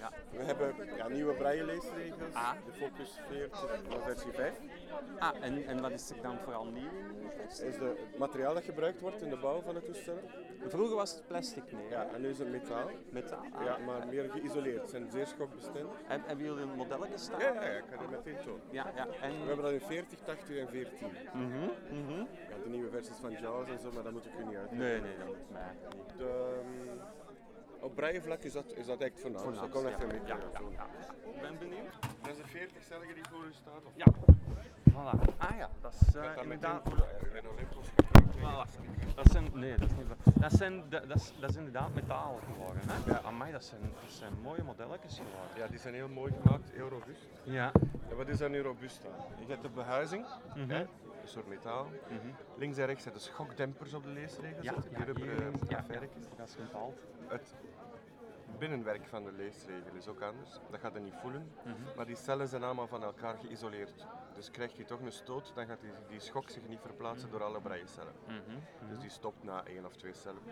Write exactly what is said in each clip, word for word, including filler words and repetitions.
ja. We hebben ja, nieuwe braille-leesregels, Ah. de Focus veertig van versie vijf. Ah, en, en wat is er dan vooral nieuw in de versie? Dat is de, het materiaal dat gebruikt wordt in de bouw van het toestel. Vroeger was het plastic, nee. Ja, en nu is het metaal. Metaal. Ah. Ja, maar meer geïsoleerd. Het zijn zeer schokbestendig. Heb, hebben jullie een modelletje staan? Ja, ja, ja, ik kan het meteen tonen. Ja, ja. En... We hebben dat in veertig, tachtig en veertien. Mm-hmm, mm-hmm. Ja, de nieuwe versies van JAWS en zo, maar dat moet ik u niet uitleggen. Nee, nee, dat moet mij niet. De, um, op braillevlak is dat, is dat echt voornaam, dus dat kan even mee. Ja, ja, ja. Ik ben benieuwd. Dat is de veertig-cellige die voor u staat? Of? Ja. Voilà. Ah ja, dat is uh, inderdaad... Voilà. Dat zijn, nee, dat is niet waar. Dat zijn, dat, dat is, dat is inderdaad metalen geworden. Hè? Ja. Amai, dat zijn, dat zijn mooie modelletjes geworden. Ja, die zijn heel mooi gemaakt, heel robuust. Ja. En wat is daar nu robuust aan? Je hebt de behuizing, Mm-hmm. hè, een soort metaal. Mm-hmm. Links en rechts zijn de schokdempers op de leesregels, Ja, zitten, die ja, rubberen ja, ja, affairtjes. dat is bepaald. Het binnenwerk van de leesregel is ook anders. Dat gaat je niet voelen, Mm-hmm. maar die cellen zijn allemaal van elkaar geïsoleerd. Dus krijgt je toch een stoot, dan gaat die, die schok zich niet verplaatsen door alle braillecellen. Mm-hmm. Dus die stopt na één of twee cellen.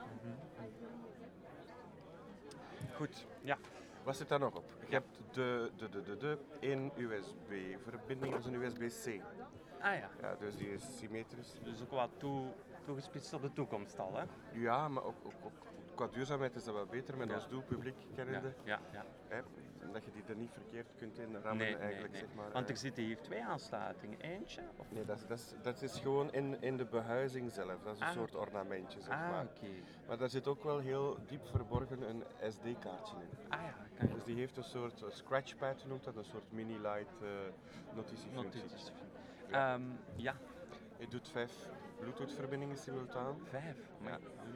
Goed. Ja. Wat zit daar nog op? Je hebt de, de, de, de, de één U S B-verbinding, dat is een U S B C. Ah ja. Ja, dus die is symmetrisch. Dus ook wat toe, toegespitst op de toekomst al, hè? Ja, maar ook, ook, ook qua duurzaamheid is dat wel beter met Ja. ons doelpubliek kennende. Ja, ja. Hè, dat je die er niet verkeerd kunt in rammen Nee, nee, eigenlijk, nee. zeg maar. Want er eh. zitten hier twee aansluitingen. Eentje? Of... Nee, dat is, dat, is, dat is gewoon in, in de behuizing zelf. Dat is een Ah. soort ornamentje, zeg Ah, maar. oké. Maar daar zit ook wel heel diep verborgen een S D-kaartje in. Ah ja, kan je Dus die heeft een soort uh, scratchpad, noemt dat, een soort mini-light uh, notitiefunctie. notities. Ja. Um, ja, Je doet vijf Bluetooth-verbindingen simultaan. vijf. Maar Ja.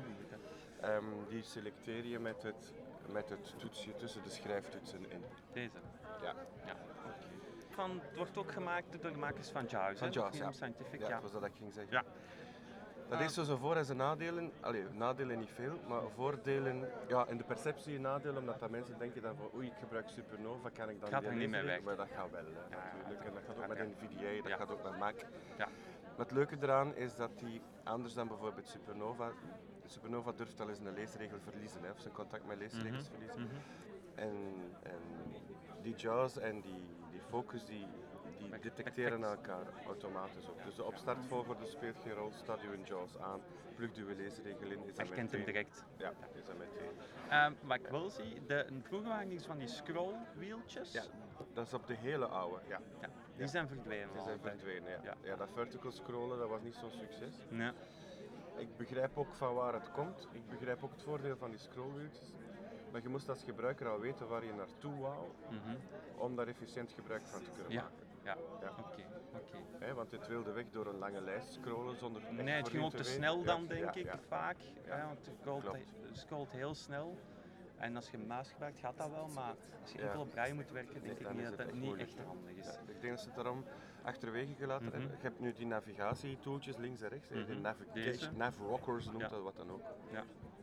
Um, die selecteer je met het, met het toetsje tussen de schrijftoetsen in. Deze. Ja. Ja. Van, het wordt ook gemaakt door de makers van JAWS, Van hè? JAWS, ja. Scientific, Ja, ja. dat was dat ik ging zeggen. Ja. Dat heeft zo zijn voor- en zijn nadelen. Allee, nadelen niet veel, maar voordelen, ja, in de perceptie nadelen, omdat dat mensen denken dan van oei, ik gebruik Supernova, kan ik dan Gaat die er niet mee lezen? werken. Maar dat gaat wel, hè, Ja, natuurlijk. En dat gaat ook ja, met ja. NVIDIA, dat Ja. gaat ook met Mac. Ja. Maar het leuke eraan is dat die, anders dan bijvoorbeeld Supernova, Supernova durft al eens een leesregel verliezen, hè, of zijn contact met leesregels verliezen. Mhm. En, en die JAWS en die, die Focus, die, die detecteren elkaar automatisch ook. Dus de opstartvolgorde speelt geen rol, staat u een JAWS aan, plugt uw leesregel in, is dat Herkent meteen. hem direct. Ja, is dat meteen. Um, wat ik wel zie, de, vroeger waren die van die scrollwieltjes. Ja, dat is op de hele oude, ja. Ja, die Ja. zijn verdwenen. Die zijn al, hè. verdwenen, ja. Ja. Ja, dat vertical scrollen, dat was niet zo'n succes. Nee. Ik begrijp ook van waar het komt. Ik begrijp ook het voordeel van die scrollwieltjes. Maar je moest als gebruiker al weten waar je naartoe wou, Mhm. om daar efficiënt gebruik van te kunnen Ja, maken. ja. Ja. Oké, oké. Hè, want het wilde weg door een lange lijst scrollen zonder echt Nee, het voor ging u ook te te weten. snel dan, Ja, denk ja, ik, ja. vaak. Ja, want het scrolt, Klopt. scrolt heel snel. En als je een muis gebruikt, gaat dat wel, maar als je Ja. enkel op braille moet werken, denk Nee, ik dan niet is dat het dat echt niet moeilijk. echt handig is. Ja, ik denk dat ze het daarom achterwege gelaten Mhm. hebben. Je hebt nu die navigatietooltjes links en rechts, hè, Mhm. de Deze. navigation, navrockers noemt Ja. dat wat dan ook. Ja.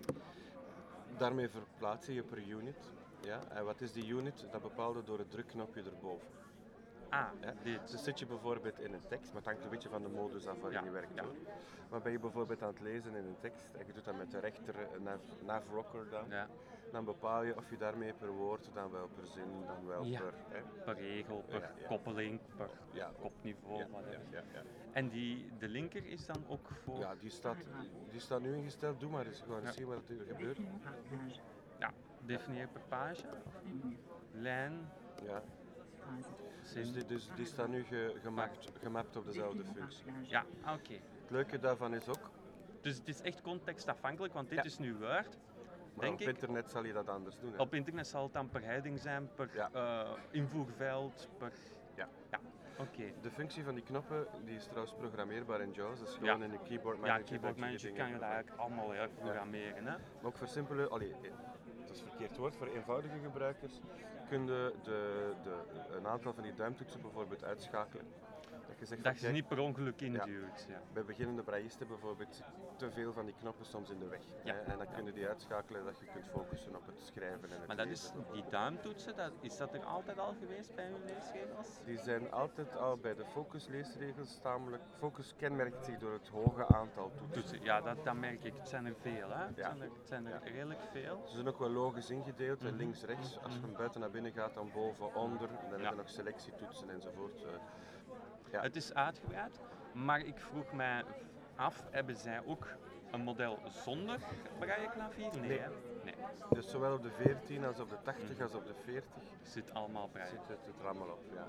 Daarmee verplaats je je per unit. Ja? En wat is die unit? Dat bepaalt je door het drukknopje erboven. Ah, Ja? dit. Dus zit je bijvoorbeeld in een tekst, maar het hangt een beetje van de modus af waarin Ja, je werkt. ja. Hoor. Maar ben je bijvoorbeeld aan het lezen in een tekst en je doet dat met de rechter nav, navrocker dan, Ja. dan bepaal je of je daarmee per woord, dan wel per zin, dan wel Ja. per... Hè? Per regel, per Ja, ja. koppeling, per Ja. kopniveau, Ja, whatever. ja, ja, ja. En die, de linker is dan ook voor... Ja, die staat, die staat nu ingesteld. Doe maar eens gewoon Ja. zien wat er gebeurt. Ja, definieer per page. Lijn, Ja. zin. Dus die, dus die staat nu ge, gemaakt, gemapt op dezelfde functie. Ja, oké. Het leuke daarvan is ook, Dus het is echt contextafhankelijk, want dit Ja. is nu Word. maar Denk op ik. internet zal je dat anders doen. Hè? Op internet zal het dan per heading zijn, per Ja. eh, invoerveld, per... Ja. Ja, oké. De functie van die knoppen die is trouwens programmeerbaar in JAWS. Dat is gewoon Ja. in de keyboard manager. Ja, keyboard dat je manager die kan je dingen dat eigenlijk allemaal heel erg programmeren. Hè? Maar ook voor simpele, allee, het is een verkeerd woord, voor eenvoudige gebruikers kun je de, de, een aantal van die duimtoetsen bijvoorbeeld uitschakelen. Dat je zegt Dat van, je ze kijk, niet per ongeluk induwt. Ja. bij beginnende braillisten bijvoorbeeld zit te veel van die knoppen soms in de weg. Ja. Hè? En dan kun je die uitschakelen dat je kunt focussen op het schrijven en het Maar dat lezen. is, die duimtoetsen, dat, is dat er altijd al geweest bij uw leesregels? Die zijn altijd al bij de focusleesregels tamelijk... Focus kenmerkt zich door het hoge aantal toetsen. Toetsen, ja, dat, dat merk ik. Het zijn er veel, hè? Het Ja. zijn er, het zijn er Ja. redelijk veel. Ze zijn ook wel logisch ingedeeld, Mm-hmm. links, rechts. Als je van buiten naar binnen gaat, dan boven, onder. Dan Ja. heb je nog selectietoetsen enzovoort. Uh, ja. Het is uitgebreid, maar ik vroeg mij af, hebben zij ook een model zonder brailleklavier? Nee, Nee. hè? Nee. Dus zowel op de veertien als op de tachtig Mm. als op de veertig Zit allemaal braille. zit het, het er allemaal op. Ja.